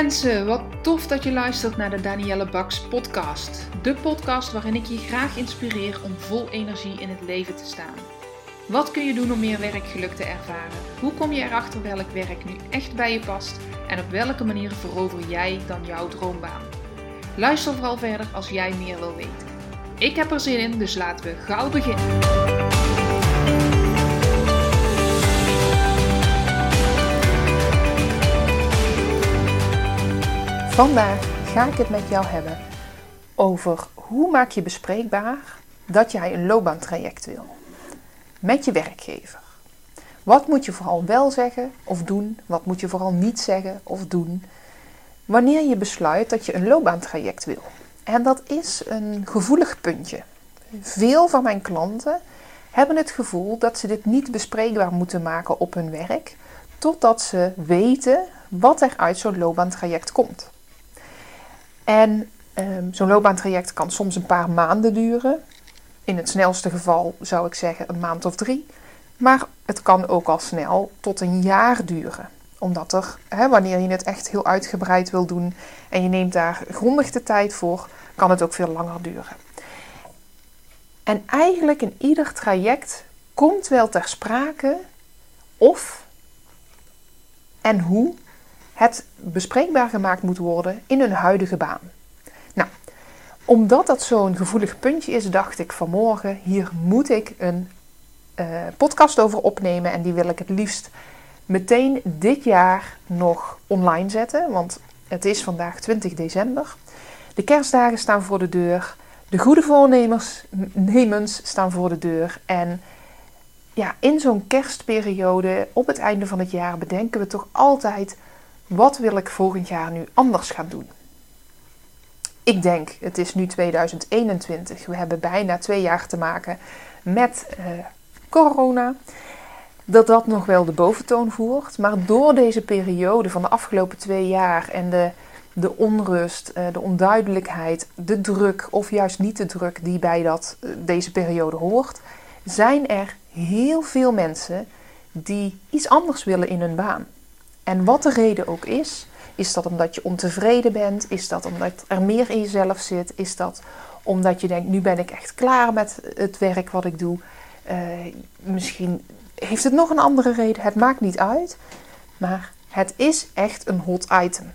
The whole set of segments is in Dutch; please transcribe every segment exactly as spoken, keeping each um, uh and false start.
mensen, wat tof dat je luistert naar de Danielle Baks podcast. De podcast waarin ik je graag inspireer om vol energie in het leven te staan. Wat kun je doen om meer werkgeluk te ervaren? Hoe kom je erachter welk werk nu echt bij je past? En op welke manier verover jij dan jouw droombaan? Luister vooral verder als jij meer wil weten. Ik heb er zin in, dus laten we gauw beginnen. Vandaag ga ik het met jou hebben over hoe maak je bespreekbaar dat jij een loopbaantraject wil met je werkgever. Wat moet je vooral wel zeggen of doen? Wat moet je vooral niet zeggen of doen? Wanneer je besluit dat je een loopbaantraject wil. En dat is een gevoelig puntje. Veel van mijn klanten hebben het gevoel dat ze dit niet bespreekbaar moeten maken op hun werk, totdat ze weten wat er uit zo'n loopbaantraject komt. En um, zo'n loopbaantraject kan soms een paar maanden duren. In het snelste geval zou ik zeggen een maand of drie. Maar het kan ook al snel tot een jaar duren. Omdat er, hè, wanneer je het echt heel uitgebreid wil doen en je neemt daar grondig de tijd voor, kan het ook veel langer duren. En eigenlijk in ieder traject komt wel ter sprake of en hoe het bespreekbaar gemaakt moet worden in een huidige baan. Nou, omdat dat zo'n gevoelig puntje is, dacht ik vanmorgen, hier moet ik een uh, podcast over opnemen. En die wil ik het liefst meteen dit jaar nog online zetten. Want het is vandaag twintig december. De kerstdagen staan voor de deur. De goede voornemens staan voor de deur. En ja, in zo'n kerstperiode, op het einde van het jaar, bedenken we toch altijd: wat wil ik volgend jaar nu anders gaan doen? Ik denk, het is nu tweeduizend eenentwintig. We hebben bijna twee jaar te maken met uh, corona. Dat dat nog wel de boventoon voert. Maar door deze periode van de afgelopen twee jaar en de, de onrust, uh, de onduidelijkheid, de druk of juist niet de druk die bij dat, uh, deze periode hoort, zijn er heel veel mensen die iets anders willen in hun baan. En wat de reden ook is, is dat omdat je ontevreden bent? Is dat omdat er meer in jezelf zit? Is dat omdat je denkt, nu ben ik echt klaar met het werk wat ik doe? Uh, misschien heeft het nog een andere reden, het maakt niet uit. Maar het is echt een hot item.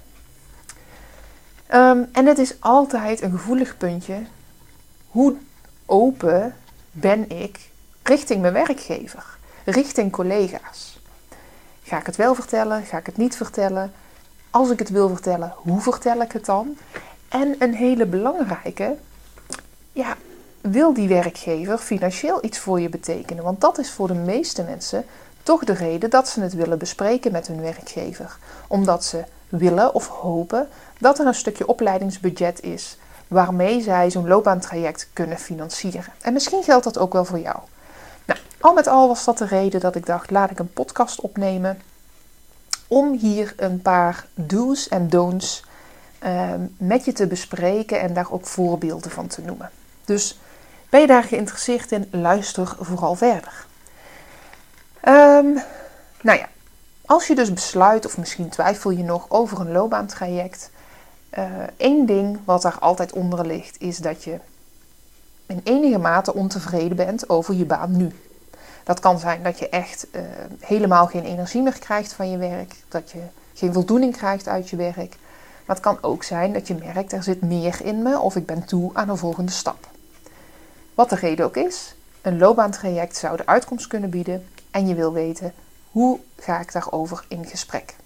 Um, en het is altijd een gevoelig puntje. Hoe open ben ik richting mijn werkgever? Richting collega's? Ga ik het wel vertellen? Ga ik het niet vertellen? Als ik het wil vertellen, hoe vertel ik het dan? En een hele belangrijke, ja, wil die werkgever financieel iets voor je betekenen? Want dat is voor de meeste mensen toch de reden dat ze het willen bespreken met hun werkgever. Omdat ze willen of hopen dat er een stukje opleidingsbudget is waarmee zij zo'n loopbaantraject kunnen financieren. En misschien geldt dat ook wel voor jou. Nou, al met al was dat de reden dat ik dacht, laat ik een podcast opnemen om hier een paar do's en don'ts uh, met je te bespreken en daar ook voorbeelden van te noemen. Dus ben je daar geïnteresseerd in, luister vooral verder. Um, nou ja, als je dus besluit of misschien twijfel je nog over een loopbaantraject, uh, één ding wat daar altijd onder ligt is dat je in enige mate ontevreden bent over je baan nu. Dat kan zijn dat je echt uh, helemaal geen energie meer krijgt van je werk. Dat je geen voldoening krijgt uit je werk. Maar het kan ook zijn dat je merkt, er zit meer in me of ik ben toe aan een volgende stap. Wat de reden ook is, een loopbaantraject zou de uitkomst kunnen bieden. En je wil weten, hoe ga ik daarover in gesprek?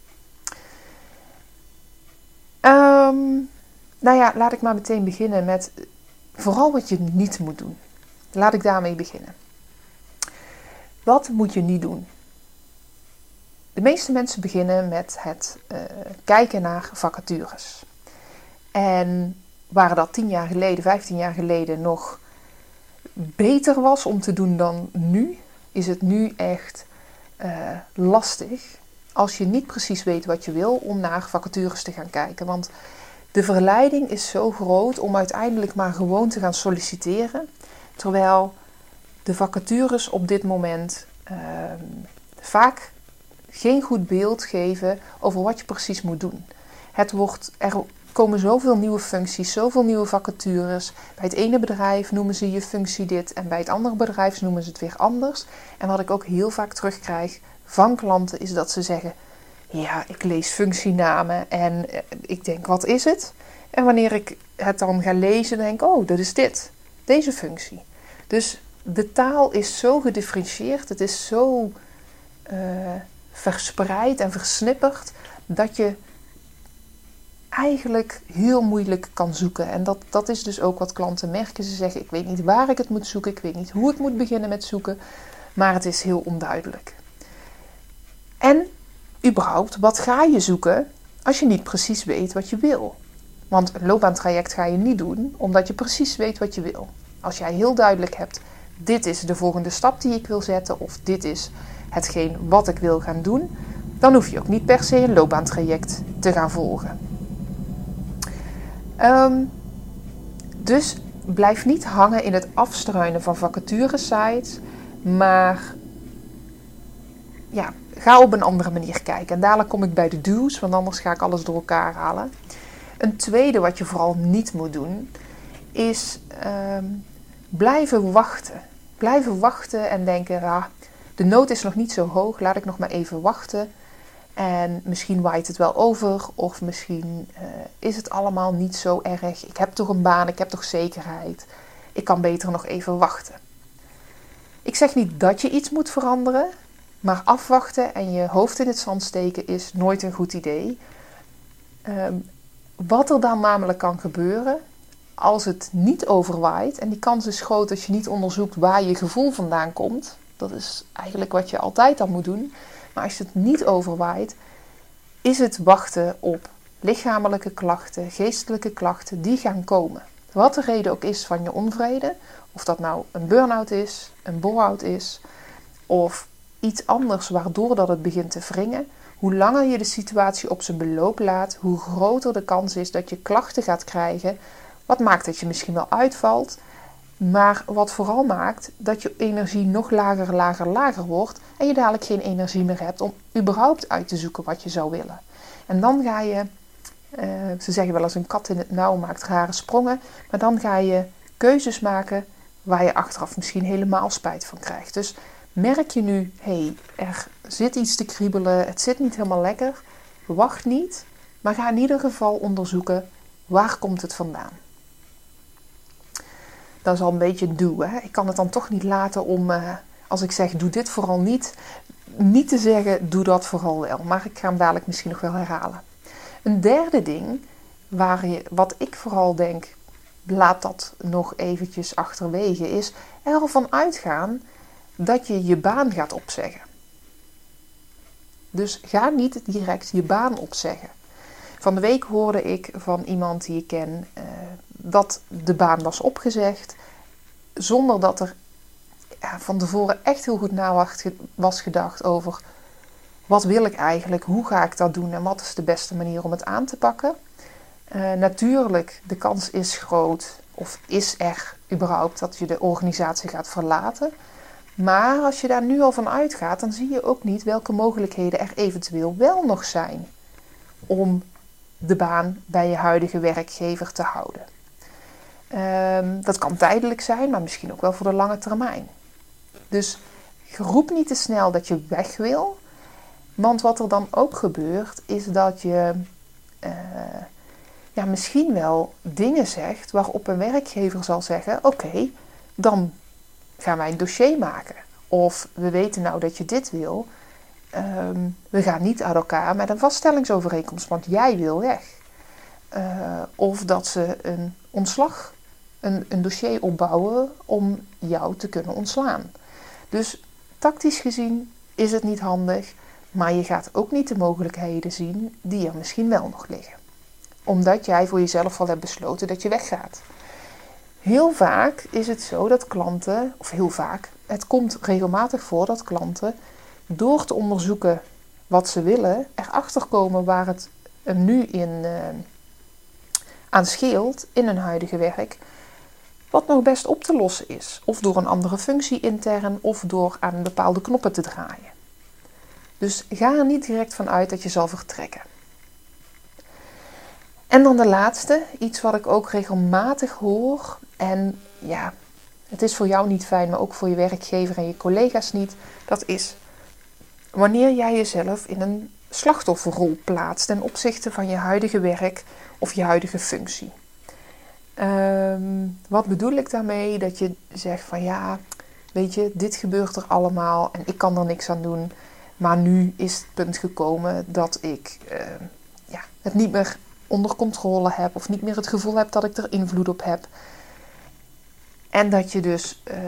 Um, nou ja, laat ik maar meteen beginnen met vooral wat je niet moet doen. Laat ik daarmee beginnen. Wat moet je niet doen? De meeste mensen beginnen met het uh, kijken naar vacatures. En waar dat tien jaar geleden, vijftien jaar geleden nog beter was om te doen dan nu, is het nu echt uh, lastig als je niet precies weet wat je wil om naar vacatures te gaan kijken. Want de verleiding is zo groot om uiteindelijk maar gewoon te gaan solliciteren. Terwijl de vacatures op dit moment uh, vaak geen goed beeld geven over wat je precies moet doen. Het wordt, er komen zoveel nieuwe functies, zoveel nieuwe vacatures. Bij het ene bedrijf noemen ze je functie dit en bij het andere bedrijf noemen ze het weer anders. En wat ik ook heel vaak terugkrijg van klanten is dat ze zeggen, ja, ik lees functienamen en ik denk, wat is het? En wanneer ik het dan ga lezen, denk ik, oh, dat is dit. Deze functie. Dus de taal is zo gedifferentieerd, het is zo uh, verspreid en versnipperd, dat je eigenlijk heel moeilijk kan zoeken. En dat, dat is dus ook wat klanten merken. Ze zeggen, ik weet niet waar ik het moet zoeken, ik weet niet hoe ik moet beginnen met zoeken, maar het is heel onduidelijk. En überhaupt, wat ga je zoeken als je niet precies weet wat je wil? Want een loopbaantraject ga je niet doen omdat je precies weet wat je wil. Als jij heel duidelijk hebt, dit is de volgende stap die ik wil zetten of dit is hetgeen wat ik wil gaan doen, dan hoef je ook niet per se een loopbaantraject te gaan volgen. Um, dus blijf niet hangen in het afstruinen van vacaturesites, maar ja, ga op een andere manier kijken. En dadelijk kom ik bij de do's, want anders ga ik alles door elkaar halen. Een tweede wat je vooral niet moet doen, is um, blijven wachten. Blijven wachten en denken, ah, de nood is nog niet zo hoog, laat ik nog maar even wachten. En misschien waait het wel over, of misschien uh, is het allemaal niet zo erg. Ik heb toch een baan, ik heb toch zekerheid. Ik kan beter nog even wachten. Ik zeg niet dat je iets moet veranderen, maar afwachten en je hoofd in het zand steken is nooit een goed idee. Um, wat er dan namelijk kan gebeuren, als het niet overwaait, en die kans is groot als je niet onderzoekt waar je gevoel vandaan komt. Dat is eigenlijk wat je altijd al moet doen. Maar als het niet overwaait, is het wachten op lichamelijke klachten, geestelijke klachten die gaan komen. Wat de reden ook is van je onvrede, of dat nou een burn-out is, een bore-out is, of iets anders waardoor dat het begint te wringen. Hoe langer je de situatie op zijn beloop laat, hoe groter de kans is dat je klachten gaat krijgen. Wat maakt dat je misschien wel uitvalt, maar wat vooral maakt dat je energie nog lager, lager, lager wordt en je dadelijk geen energie meer hebt om überhaupt uit te zoeken wat je zou willen. En dan ga je, uh, ze zeggen wel eens een kat in het nauw maakt rare sprongen, maar dan ga je keuzes maken waar je achteraf misschien helemaal spijt van krijgt. Dus merk je nu, hé, hey, er zit iets te kriebelen, het zit niet helemaal lekker, wacht niet, maar ga in ieder geval onderzoeken waar komt het vandaan. Dat is al een beetje doe. Hè? Ik kan het dan toch niet laten om, uh, als ik zeg doe dit vooral niet, niet te zeggen doe dat vooral wel. Maar ik ga hem dadelijk misschien nog wel herhalen. Een derde ding, waar je, wat ik vooral denk, laat dat nog eventjes achterwege, is ervan uitgaan dat je je baan gaat opzeggen. Dus ga niet direct je baan opzeggen. Van de week hoorde ik van iemand die ik ken uh, dat de baan was opgezegd, zonder dat er ja, van tevoren echt heel goed na was gedacht over wat wil ik eigenlijk, hoe ga ik dat doen en wat is de beste manier om het aan te pakken. Uh, natuurlijk, de kans is groot, of is er überhaupt, dat je de organisatie gaat verlaten. Maar als je daar nu al van uitgaat, dan zie je ook niet welke mogelijkheden er eventueel wel nog zijn om de baan bij je huidige werkgever te houden. Um, dat kan tijdelijk zijn, maar misschien ook wel voor de lange termijn. Dus roep niet te snel dat je weg wil. Want wat er dan ook gebeurt, is dat je uh, ja, misschien wel dingen zegt waarop een werkgever zal zeggen, oké, okay, dan gaan wij een dossier maken. Of we weten nou dat je dit wil. Um, we gaan niet uit elkaar met een vaststellingsovereenkomst, want jij wil weg. Uh, of dat ze een ontslag, een, een dossier opbouwen om jou te kunnen ontslaan. Dus tactisch gezien is het niet handig, maar je gaat ook niet de mogelijkheden zien die er misschien wel nog liggen. Omdat jij voor jezelf al hebt besloten dat je weggaat. Heel vaak is het zo dat klanten, of heel vaak, het komt regelmatig voor dat klanten door te onderzoeken wat ze willen, erachter komen waar het nu in uh, aan scheelt in hun huidige werk, wat nog best op te lossen is. Of door een andere functie intern, of door aan bepaalde knoppen te draaien. Dus ga er niet direct van uit dat je zal vertrekken. En dan de laatste, iets wat ik ook regelmatig hoor. En ja, het is voor jou niet fijn, maar ook voor je werkgever en je collega's niet. Dat is wanneer jij jezelf in een slachtofferrol plaatst ten opzichte van je huidige werk of je huidige functie. Um, wat bedoel ik daarmee? Dat je zegt van ja, weet je, dit gebeurt er allemaal en ik kan er niks aan doen. Maar nu is het punt gekomen dat ik uh, ja, het niet meer onder controle heb of niet meer het gevoel heb dat ik er invloed op heb. En dat je dus uh,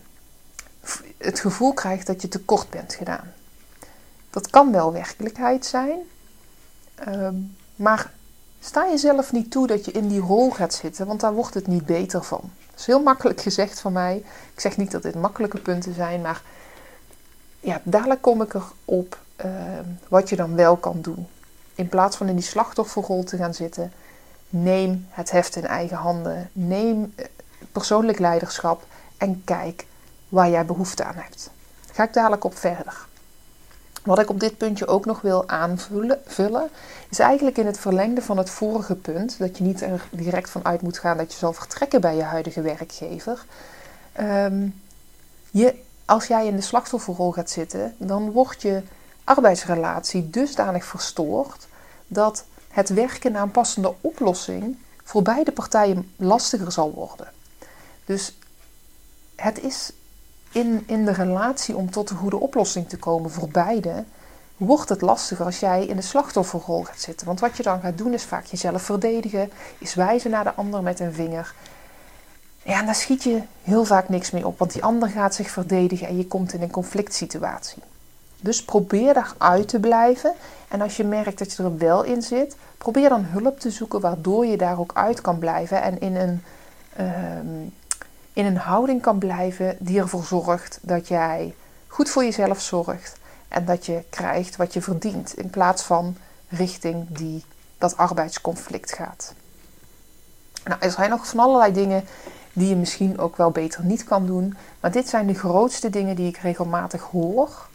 het gevoel krijgt dat je tekort bent gedaan. Dat kan wel werkelijkheid zijn, uh, maar sta jezelf niet toe dat je in die rol gaat zitten, want daar wordt het niet beter van. Dat is heel makkelijk gezegd van mij. Ik zeg niet dat dit makkelijke punten zijn, maar ja, dadelijk kom ik erop uh, wat je dan wel kan doen. In plaats van in die slachtofferrol te gaan zitten, neem het heft in eigen handen. Neem persoonlijk leiderschap en kijk waar jij behoefte aan hebt. Daar ga ik dadelijk op verder. Wat ik op dit puntje ook nog wil aanvullen, is eigenlijk in het verlengde van het vorige punt, dat je niet er direct van uit moet gaan dat je zal vertrekken bij je huidige werkgever. Um, je, als jij in de slachtofferrol gaat zitten, dan wordt je arbeidsrelatie dusdanig verstoord dat het werken naar een passende oplossing voor beide partijen lastiger zal worden. Dus het is in, in de relatie om tot een goede oplossing te komen voor beide, wordt het lastiger als jij in de slachtofferrol gaat zitten. Want wat je dan gaat doen is vaak jezelf verdedigen, is wijzen naar de ander met een vinger. Ja, en daar schiet je heel vaak niks mee op, want die ander gaat zich verdedigen en je komt in een conflict situatie. Dus probeer daaruit te blijven. En als je merkt dat je er wel in zit, probeer dan hulp te zoeken waardoor je daar ook uit kan blijven en in een, um, in een houding kan blijven die ervoor zorgt dat jij goed voor jezelf zorgt en dat je krijgt wat je verdient in plaats van richting die, dat arbeidsconflict gaat. Nou, er zijn nog van allerlei dingen die je misschien ook wel beter niet kan doen, maar dit zijn de grootste dingen die ik regelmatig hoor.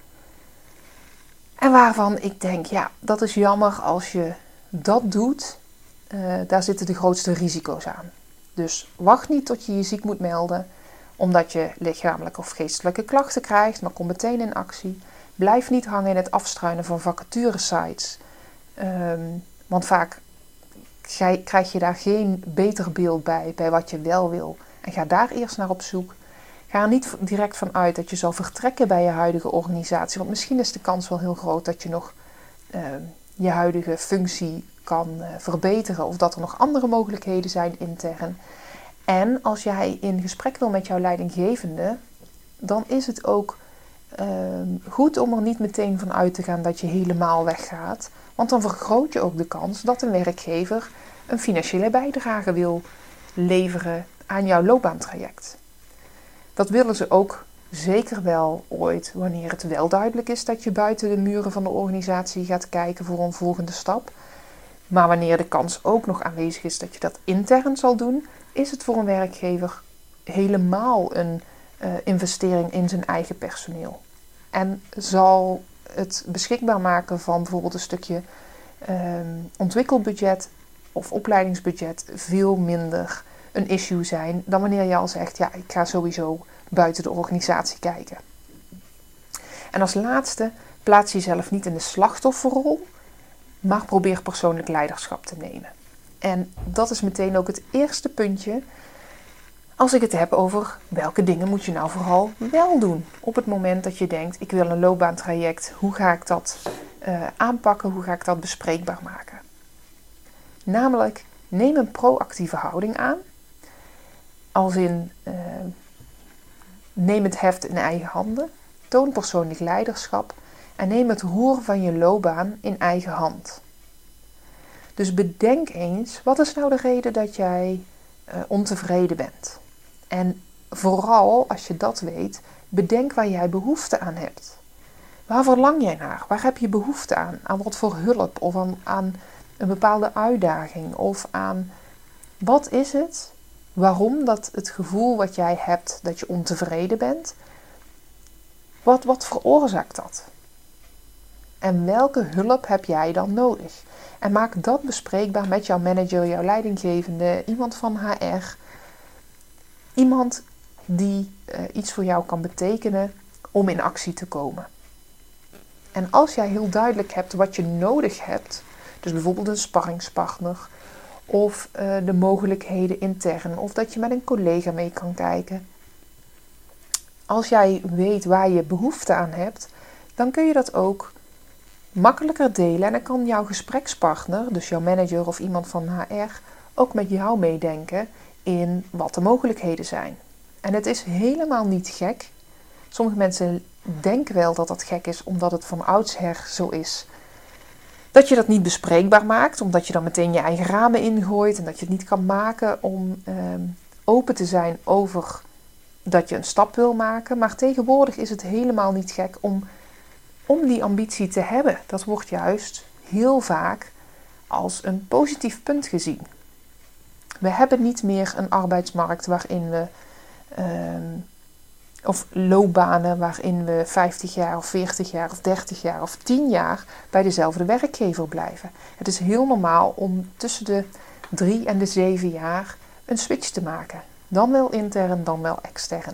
En waarvan ik denk, ja, dat is jammer als je dat doet. Uh, daar zitten de grootste risico's aan. Dus wacht niet tot je je ziek moet melden, omdat je lichamelijke of geestelijke klachten krijgt, maar kom meteen in actie. Blijf niet hangen in het afstruinen van vacaturesites. Um, want vaak krijg je daar geen beter beeld bij, bij wat je wel wil. En ga daar eerst naar op zoek. Ga er niet direct van uit dat je zal vertrekken bij je huidige organisatie. Want misschien is de kans wel heel groot dat je nog uh, je huidige functie kan uh, verbeteren. Of dat er nog andere mogelijkheden zijn intern. En als jij in gesprek wil met jouw leidinggevende, dan is het ook uh, goed om er niet meteen van uit te gaan dat je helemaal weggaat. Want dan vergroot je ook de kans dat een werkgever een financiële bijdrage wil leveren aan jouw loopbaantraject. Dat willen ze ook zeker wel ooit wanneer het wel duidelijk is dat je buiten de muren van de organisatie gaat kijken voor een volgende stap. Maar wanneer de kans ook nog aanwezig is dat je dat intern zal doen, is het voor een werkgever helemaal een uh, investering in zijn eigen personeel. En zal het beschikbaar maken van bijvoorbeeld een stukje um, ontwikkelbudget of opleidingsbudget veel minder een issue zijn dan wanneer je al zegt, ja, ik ga sowieso buiten de organisatie kijken. En als laatste, plaats jezelf niet in de slachtofferrol, maar probeer persoonlijk leiderschap te nemen. En dat is meteen ook het eerste puntje als ik het heb over welke dingen moet je nou vooral wel doen. Op het moment dat je denkt, ik wil een loopbaantraject, hoe ga ik dat uh, aanpakken, hoe ga ik dat bespreekbaar maken? Namelijk, neem een proactieve houding aan. Als in, uh, neem het heft in eigen handen, toon persoonlijk leiderschap en neem het roer van je loopbaan in eigen hand. Dus bedenk eens, wat is nou de reden dat jij uh, ontevreden bent? En vooral, als je dat weet, bedenk waar jij behoefte aan hebt. Waar verlang jij naar? Waar heb je behoefte aan? Aan wat voor hulp of aan, aan een bepaalde uitdaging? Of aan, wat is het? Waarom dat het gevoel wat jij hebt dat je ontevreden bent, wat, wat veroorzaakt dat? En welke hulp heb jij dan nodig? En maak dat bespreekbaar met jouw manager, jouw leidinggevende, iemand van H R. Iemand die uh, iets voor jou kan betekenen om in actie te komen. En als jij heel duidelijk hebt wat je nodig hebt, dus bijvoorbeeld een sparringspartner of uh, de mogelijkheden intern of dat je met een collega mee kan kijken. Als jij weet waar je behoefte aan hebt, dan kun je dat ook makkelijker delen. En dan kan jouw gesprekspartner, dus jouw manager of iemand van H R, ook met jou meedenken in wat de mogelijkheden zijn. En het is helemaal niet gek. Sommige mensen denken wel dat dat gek is, omdat het van oudsher zo is. Dat je dat niet bespreekbaar maakt, omdat je dan meteen je eigen ramen ingooit en dat je het niet kan maken om eh, open te zijn over dat je een stap wil maken. Maar tegenwoordig is het helemaal niet gek om, om die ambitie te hebben. Dat wordt juist heel vaak als een positief punt gezien. We hebben niet meer een arbeidsmarkt waarin we, uh, of loopbanen waarin we vijftig jaar of veertig jaar of dertig jaar of tien jaar bij dezelfde werkgever blijven. Het is heel normaal om tussen de drie en de zeven jaar een switch te maken. Dan wel intern, dan wel extern.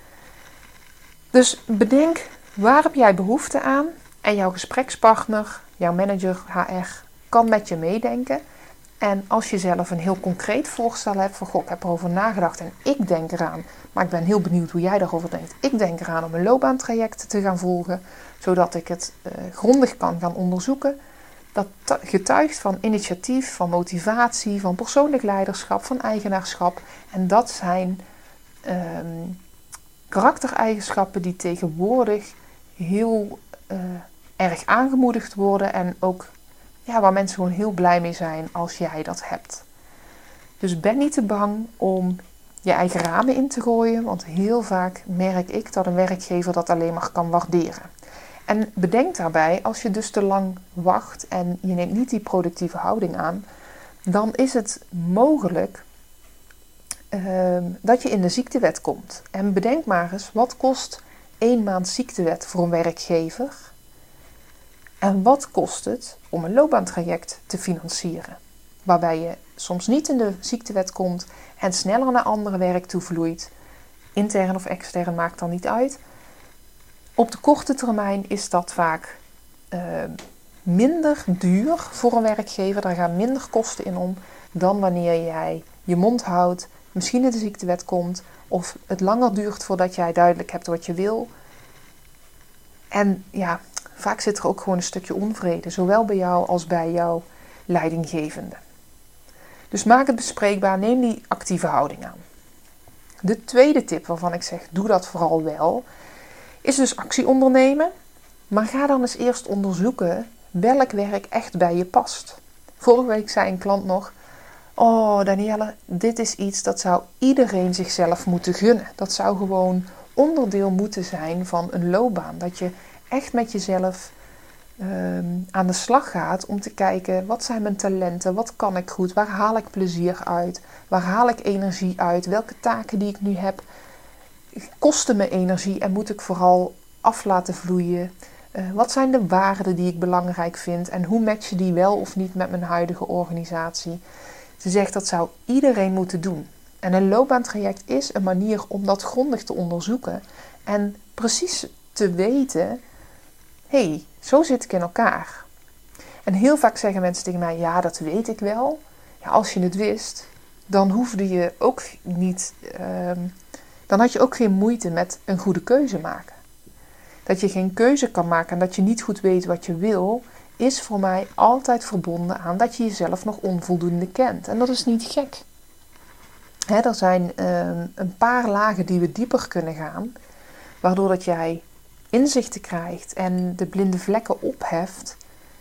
Dus bedenk, waar heb jij behoefte aan? En jouw gesprekspartner, jouw manager, H R, kan met je meedenken. En als je zelf een heel concreet voorstel hebt van, goh, ik heb erover nagedacht en ik denk eraan, maar ik ben heel benieuwd hoe jij daarover denkt. Ik denk eraan om een loopbaantraject te gaan volgen, zodat ik het uh, grondig kan gaan onderzoeken. Dat getuigt van initiatief, van motivatie, van persoonlijk leiderschap, van eigenaarschap. En dat zijn um, karaktereigenschappen die tegenwoordig heel uh, erg aangemoedigd worden en ook ja, waar mensen gewoon heel blij mee zijn als jij dat hebt. Dus ben niet te bang om je eigen ramen in te gooien, want heel vaak merk ik dat een werkgever dat alleen maar kan waarderen. En bedenk daarbij, als je dus te lang wacht en je neemt niet die productieve houding aan, dan is het mogelijk uh, dat je in de ziektewet komt. En bedenk maar eens, wat kost één maand ziektewet voor een werkgever? En wat kost het om een loopbaantraject te financieren? Waarbij je soms niet in de ziektewet komt en sneller naar andere werk toe vloeit. Intern of extern maakt dan niet uit. Op de korte termijn is dat vaak uh, minder duur voor een werkgever. Daar gaan minder kosten in om dan wanneer jij je mond houdt, misschien in de ziektewet komt of het langer duurt voordat jij duidelijk hebt wat je wil. En ja, vaak zit er ook gewoon een stukje onvrede, zowel bij jou als bij jouw leidinggevende. Dus maak het bespreekbaar, neem die actieve houding aan. De tweede tip waarvan ik zeg, doe dat vooral wel, is dus actie ondernemen. Maar ga dan eens eerst onderzoeken welk werk echt bij je past. Vorige week zei een klant nog, oh Danielle, dit is iets dat zou iedereen zichzelf moeten gunnen. Dat zou gewoon onderdeel moeten zijn van een loopbaan. Dat je echt met jezelf um, aan de slag gaat om te kijken, wat zijn mijn talenten, wat kan ik goed, waar haal ik plezier uit, waar haal ik energie uit, welke taken die ik nu heb kosten me energie en moet ik vooral af laten vloeien. Uh, wat zijn de waarden die ik belangrijk vind en hoe match je die wel of niet met mijn huidige organisatie? Ze zegt dat zou iedereen moeten doen. En een loopbaantraject is een manier om dat grondig te onderzoeken en precies te weten, hé, hey, zo zit ik in elkaar. En heel vaak zeggen mensen tegen mij, ja, dat weet ik wel. Ja, als je het wist, dan hoefde je ook niet, uh, dan had je ook geen moeite met een goede keuze maken. Dat je geen keuze kan maken en dat je niet goed weet wat je wil, is voor mij altijd verbonden aan dat je jezelf nog onvoldoende kent. En dat is niet gek. Hè, er zijn uh, een paar lagen die we dieper kunnen gaan, waardoor dat jij inzichten krijgt en de blinde vlekken opheft,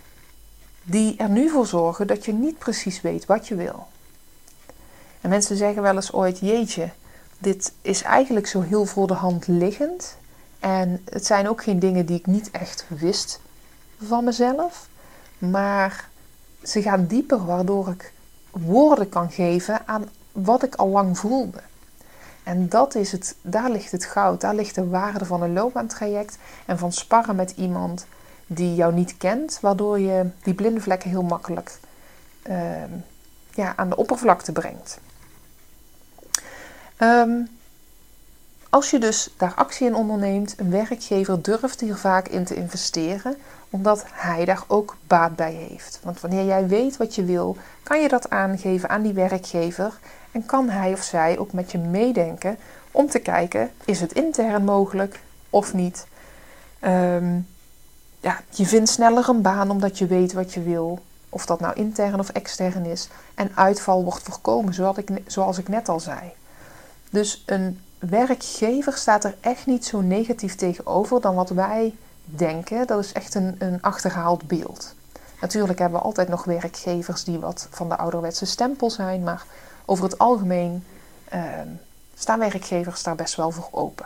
die er nu voor zorgen dat je niet precies weet wat je wil. En mensen zeggen wel eens ooit, jeetje, dit is eigenlijk zo heel voor de hand liggend. En het zijn ook geen dingen die ik niet echt wist van mezelf. Maar ze gaan dieper, waardoor ik woorden kan geven aan wat ik al lang voelde. En dat is het, daar ligt het goud, daar ligt de waarde van een loopbaantraject en van sparren met iemand die jou niet kent, waardoor je die blinde vlekken heel makkelijk uh, ja, aan de oppervlakte brengt. Um, als je dus daar actie in onderneemt, een werkgever durft hier vaak in te investeren, omdat hij daar ook baat bij heeft. Want wanneer jij weet wat je wil, kan je dat aangeven aan die werkgever en kan hij of zij ook met je meedenken om te kijken, is het intern mogelijk of niet? Um, ja, je vindt sneller een baan omdat je weet wat je wil, of dat nou intern of extern is. En uitval wordt voorkomen, zoals ik, zoals ik net al zei. Dus een werkgever staat er echt niet zo negatief tegenover dan wat wij denken. Dat is echt een, een achterhaald beeld. Natuurlijk hebben we altijd nog werkgevers die wat van de ouderwetse stempel zijn, maar over het algemeen uh, staan werkgevers daar best wel voor open.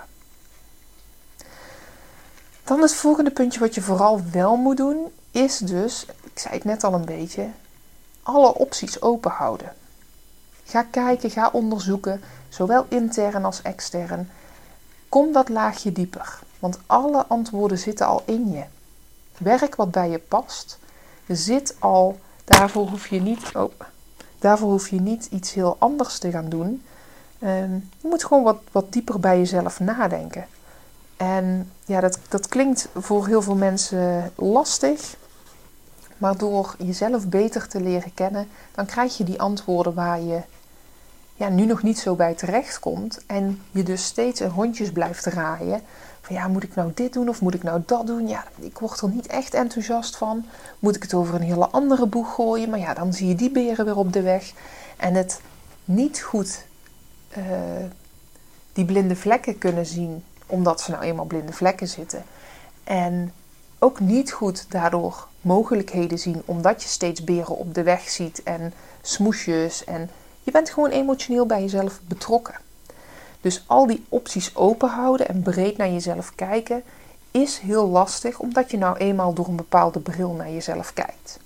Dan het volgende puntje wat je vooral wel moet doen, is dus, ik zei het net al een beetje, alle opties open houden. Ga kijken, ga onderzoeken, zowel intern als extern. Kom dat laagje dieper, want alle antwoorden zitten al in je. Werk wat bij je past, zit al, daarvoor hoef je niet, oh, daarvoor hoef je niet iets heel anders te gaan doen. Um, je moet gewoon wat, wat dieper bij jezelf nadenken. En ja, dat, dat klinkt voor heel veel mensen lastig. Maar door jezelf beter te leren kennen, dan krijg je die antwoorden waar je ja, nu nog niet zo bij terecht komt. En je dus steeds in rondjes blijft draaien. Van ja, moet ik nou dit doen of moet ik nou dat doen? Ja, ik word er niet echt enthousiast van. Moet ik het over een hele andere boeg gooien? Maar ja, dan zie je die beren weer op de weg. En het niet goed uh, die blinde vlekken kunnen zien, omdat ze nou eenmaal blinde vlekken zitten. En ook niet goed daardoor mogelijkheden zien, omdat je steeds beren op de weg ziet en smoesjes. En je bent gewoon emotioneel bij jezelf betrokken. Dus al die opties open houden en breed naar jezelf kijken is heel lastig, omdat je nou eenmaal door een bepaalde bril naar jezelf kijkt.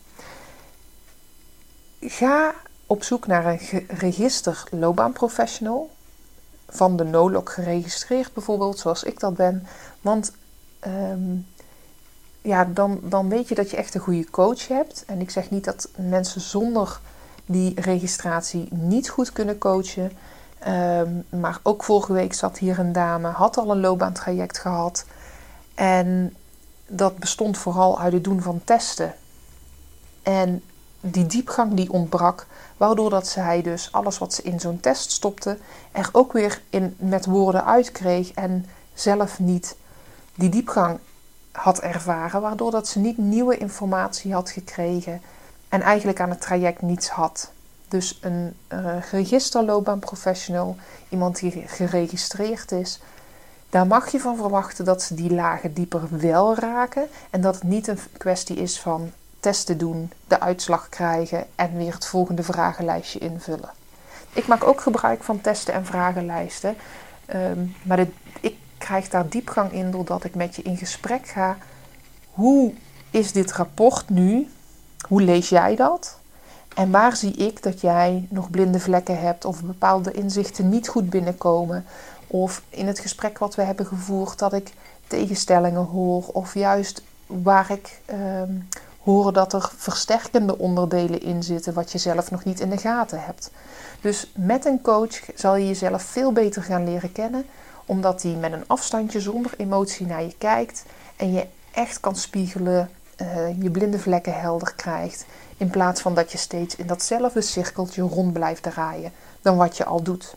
Ga op zoek naar een register loopbaanprofessional. Van de NOLOG geregistreerd bijvoorbeeld, zoals ik dat ben. Want um, ja, dan, dan weet je dat je echt een goede coach hebt. En ik zeg niet dat mensen zonder die registratie niet goed kunnen coachen. Um, maar ook vorige week zat hier een dame, had al een loopbaantraject gehad. En dat bestond vooral uit het doen van testen. En die diepgang die ontbrak, waardoor dat zij dus alles wat ze in zo'n test stopte, er ook weer in, met woorden uitkreeg en zelf niet die diepgang had ervaren, waardoor dat ze niet nieuwe informatie had gekregen en eigenlijk aan het traject niets had. Dus een uh, registerloopbaanprofessional, iemand die geregistreerd is, daar mag je van verwachten dat ze die lagen dieper wel raken en dat het niet een kwestie is van testen doen, de uitslag krijgen en weer het volgende vragenlijstje invullen. Ik maak ook gebruik van testen en vragenlijsten, um, maar dit, ik krijg daar diepgang in doordat ik met je in gesprek ga. Hoe is dit rapport nu? Hoe lees jij dat? En waar zie ik dat jij nog blinde vlekken hebt of bepaalde inzichten niet goed binnenkomen? Of in het gesprek wat we hebben gevoerd dat ik tegenstellingen hoor of juist waar ik um, hoor dat er versterkende onderdelen in zitten wat je zelf nog niet in de gaten hebt. Dus met een coach zal je jezelf veel beter gaan leren kennen, omdat die met een afstandje zonder emotie naar je kijkt en je echt kan spiegelen, uh, je blinde vlekken helder krijgt, in plaats van dat je steeds in datzelfde cirkeltje rond blijft draaien dan wat je al doet.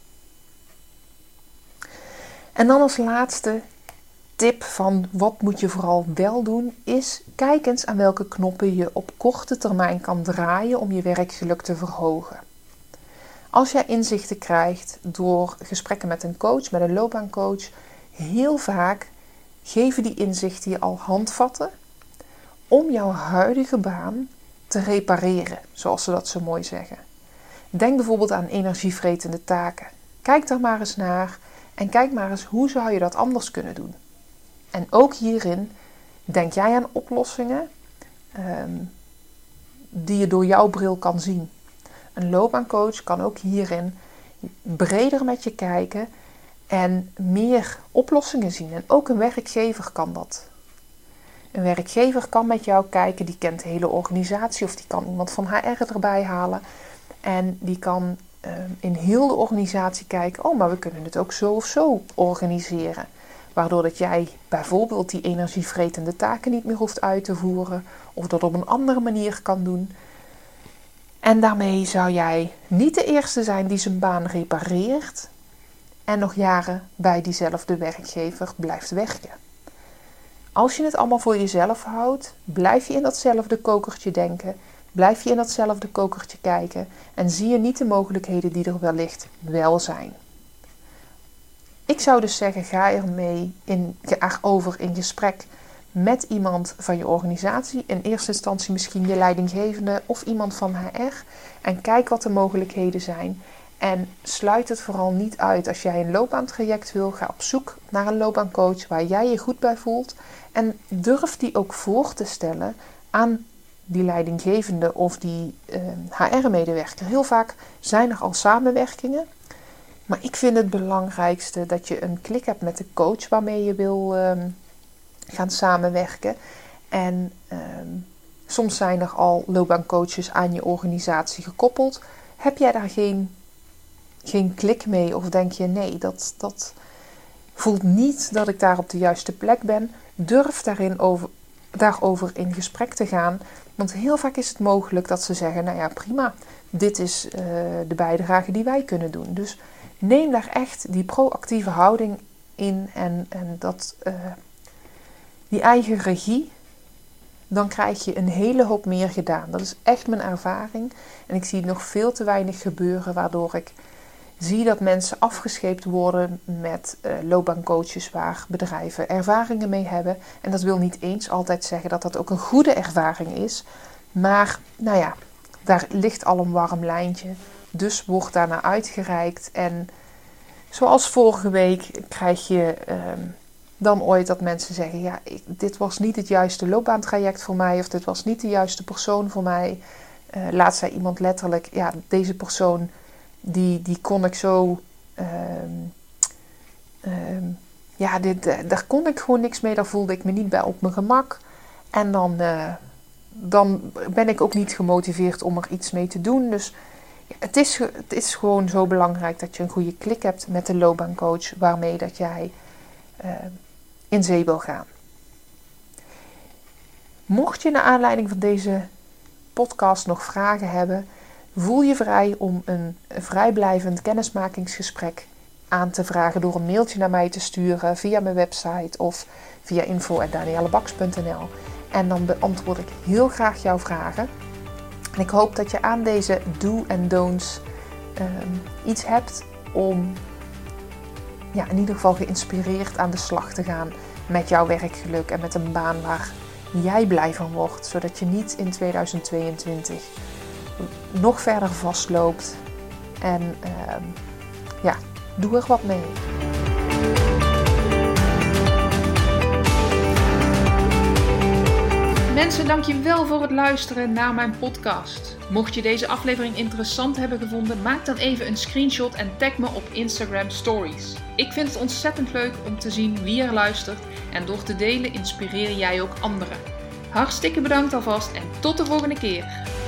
En dan als laatste tip van wat moet je vooral wel doen, is kijk eens aan welke knoppen je op korte termijn kan draaien om je werkgeluk te verhogen. Als jij inzichten krijgt door gesprekken met een coach, met een loopbaancoach, heel vaak geven die inzichten je al handvatten om jouw huidige baan te repareren, zoals ze dat zo mooi zeggen. Denk bijvoorbeeld aan energievretende taken. Kijk daar maar eens naar en kijk maar eens hoe zou je dat anders kunnen doen. En ook hierin denk jij aan oplossingen um, die je door jouw bril kan zien. Een loopbaancoach kan ook hierin breder met je kijken en meer oplossingen zien. En ook een werkgever kan dat. Een werkgever kan met jou kijken, die kent de hele organisatie of die kan iemand van H R erbij halen. En die kan uh, in heel de organisatie kijken, oh, maar we kunnen het ook zo of zo organiseren. Waardoor dat jij bijvoorbeeld die energievretende taken niet meer hoeft uit te voeren. Of dat op een andere manier kan doen. En daarmee zou jij niet de eerste zijn die zijn baan repareert. En nog jaren bij diezelfde werkgever blijft werken. Als je het allemaal voor jezelf houdt, blijf je in datzelfde kokertje denken. Blijf je in datzelfde kokertje kijken. En zie je niet de mogelijkheden die er wellicht wel zijn. Ik zou dus zeggen, ga ermee in, ga over in gesprek met iemand van je organisatie. In eerste instantie misschien je leidinggevende of iemand van H R. En kijk wat de mogelijkheden zijn. En sluit het vooral niet uit. Als jij een loopbaantraject wil, ga op zoek naar een loopbaancoach waar jij je goed bij voelt. En durf die ook voor te stellen aan die leidinggevende of die uh, H R-medewerker. Heel vaak zijn er al samenwerkingen. Maar ik vind het belangrijkste dat je een klik hebt met de coach waarmee je wil um, gaan samenwerken. En um, soms zijn er al loopbaancoaches aan je organisatie gekoppeld. Heb jij daar geen, geen klik mee of denk je nee, dat, dat voelt niet dat ik daar op de juiste plek ben. Durf daarin over, daarover in gesprek te gaan. Want heel vaak is het mogelijk dat ze zeggen, nou ja prima, dit is uh, de bijdrage die wij kunnen doen. Dus neem daar echt die proactieve houding in en, en dat, uh, die eigen regie. Dan krijg je een hele hoop meer gedaan. Dat is echt mijn ervaring. En ik zie het nog veel te weinig gebeuren, waardoor ik zie dat mensen afgescheept worden met uh, loopbaancoaches waar bedrijven ervaringen mee hebben. En dat wil niet eens altijd zeggen dat dat ook een goede ervaring is. Maar nou ja, daar ligt al een warm lijntje. Dus wordt daarna uitgereikt. En zoals vorige week krijg je uh, dan ooit dat mensen zeggen, ja, ik, dit was niet het juiste loopbaantraject voor mij. Of dit was niet de juiste persoon voor mij. Uh, laatst zei iemand letterlijk, ja, deze persoon, die, die kon ik zo... Uh, uh, ja, dit, uh, daar kon ik gewoon niks mee. Daar voelde ik me niet bij op mijn gemak. En dan, uh, dan ben ik ook niet gemotiveerd om er iets mee te doen. Dus Het is, het is gewoon zo belangrijk dat je een goede klik hebt met de loopbaancoach waarmee dat jij uh, in zee wil gaan. Mocht je naar aanleiding van deze podcast nog vragen hebben, voel je vrij om een vrijblijvend kennismakingsgesprek aan te vragen door een mailtje naar mij te sturen via mijn website of via info at daniellebaks punt n l. En dan beantwoord ik heel graag jouw vragen. En ik hoop dat je aan deze do en don'ts um, iets hebt om ja, in ieder geval geïnspireerd aan de slag te gaan met jouw werkgeluk en met een baan waar jij blij van wordt. Zodat je niet in tweeduizend tweeëntwintig nog verder vastloopt. En um, ja, doe er wat mee. Mensen, dankjewel voor het luisteren naar mijn podcast. Mocht je deze aflevering interessant hebben gevonden, maak dan even een screenshot en tag me op Instagram Stories. Ik vind het ontzettend leuk om te zien wie er luistert en door te delen inspireer jij ook anderen. Hartstikke bedankt alvast en tot de volgende keer.